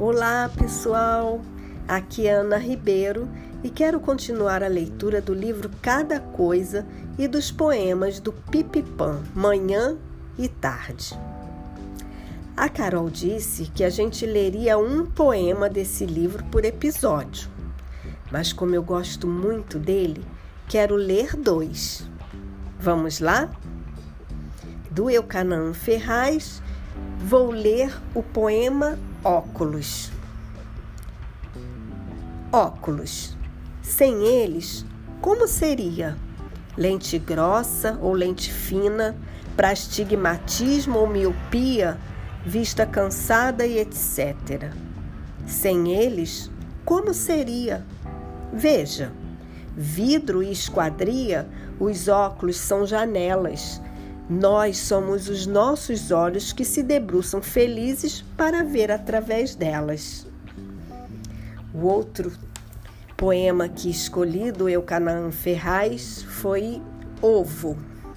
Olá, pessoal! Aqui é Ana Ribeiro e quero continuar a leitura do livro Cada Coisa e dos poemas do Pipipã, Manhã e Tarde. A Carol disse que a gente leria um poema desse livro por episódio, mas como eu gosto muito dele, quero ler 2. Vamos lá? Do Eucanaã Ferraz, vou ler o poema Óculos. Óculos. Sem eles, como seria? Lente grossa ou lente fina, para astigmatismo ou miopia, vista cansada e etc. Sem eles, como seria? Veja, vidro e esquadria, os óculos são janelas. Nós somos os nossos olhos que se debruçam felizes para ver através delas. O outro poema que escolhi do Eucanaã Ferraz foi Ovo.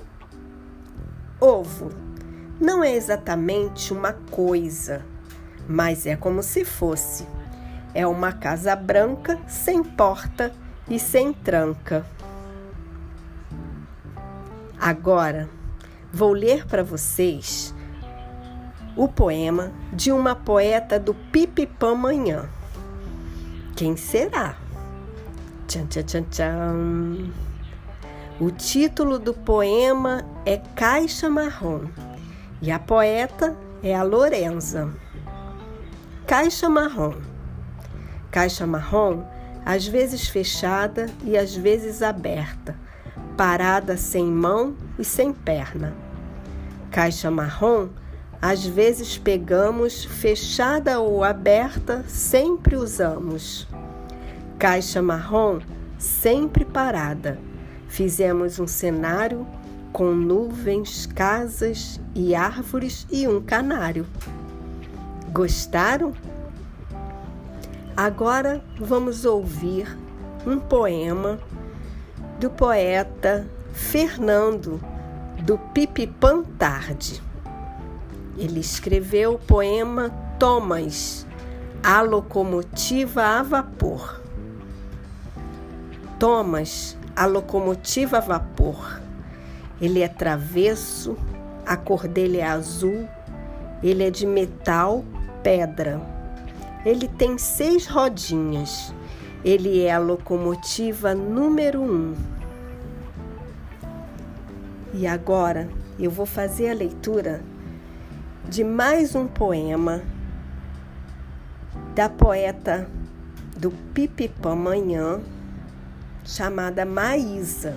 Ovo não é exatamente uma coisa, mas é como se fosse. É uma casa branca, sem porta e sem tranca. Agora, vou ler para vocês o poema de uma poeta do Pipipã Manhã. Quem será? Tchan, tchan, tchan, tchan. O título do poema é Caixa Marrom e a poeta é a Lorenza. Caixa Marrom. Caixa marrom, às vezes fechada e às vezes aberta, parada sem mão e sem perna. Caixa marrom, às vezes pegamos, fechada ou aberta, sempre usamos. Caixa marrom, sempre parada. Fizemos um cenário com nuvens, casas e árvores e um canário. Gostaram? Agora vamos ouvir um poema do poeta Fernando, do Pipipã Tarde. Ele escreveu o poema Thomas, a locomotiva a vapor. Thomas, a locomotiva a vapor. Ele é travesso, a cor dele é azul, ele é de metal, pedra. Ele tem 6 rodinhas. Ele é a locomotiva número 1. E agora eu vou fazer a leitura de mais um poema da poeta do Pipipã Manhã, chamada Maísa.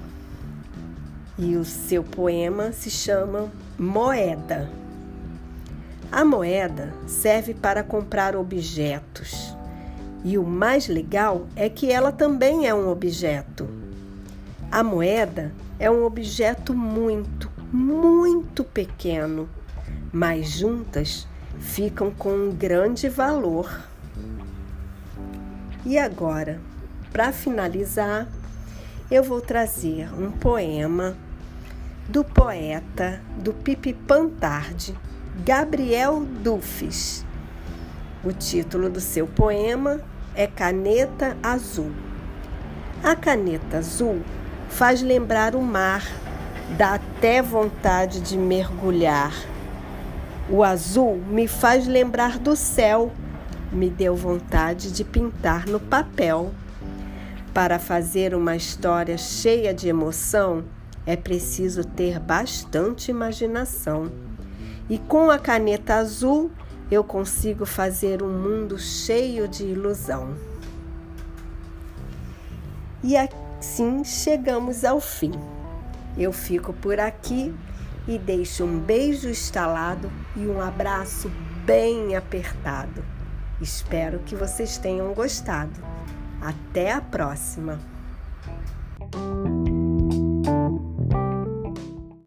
E o seu poema se chama Moeda. A moeda serve para comprar objetos. E o mais legal é que ela também é um objeto. A moeda é um objeto muito, muito pequeno, mas juntas ficam com um grande valor. E agora, para finalizar, eu vou trazer um poema do poeta do Pipipã Tarde, Gabriel Dufes. O título do seu poema é Caneta Azul. A caneta azul faz lembrar o mar, dá até vontade de mergulhar. O azul me faz lembrar do céu, me deu vontade de pintar no papel. Para fazer uma história cheia de emoção, é preciso ter bastante imaginação. E com a caneta azul, eu consigo fazer um mundo cheio de ilusão. E assim chegamos ao fim. Eu fico por aqui e deixo um beijo estalado e um abraço bem apertado. Espero que vocês tenham gostado. Até a próxima!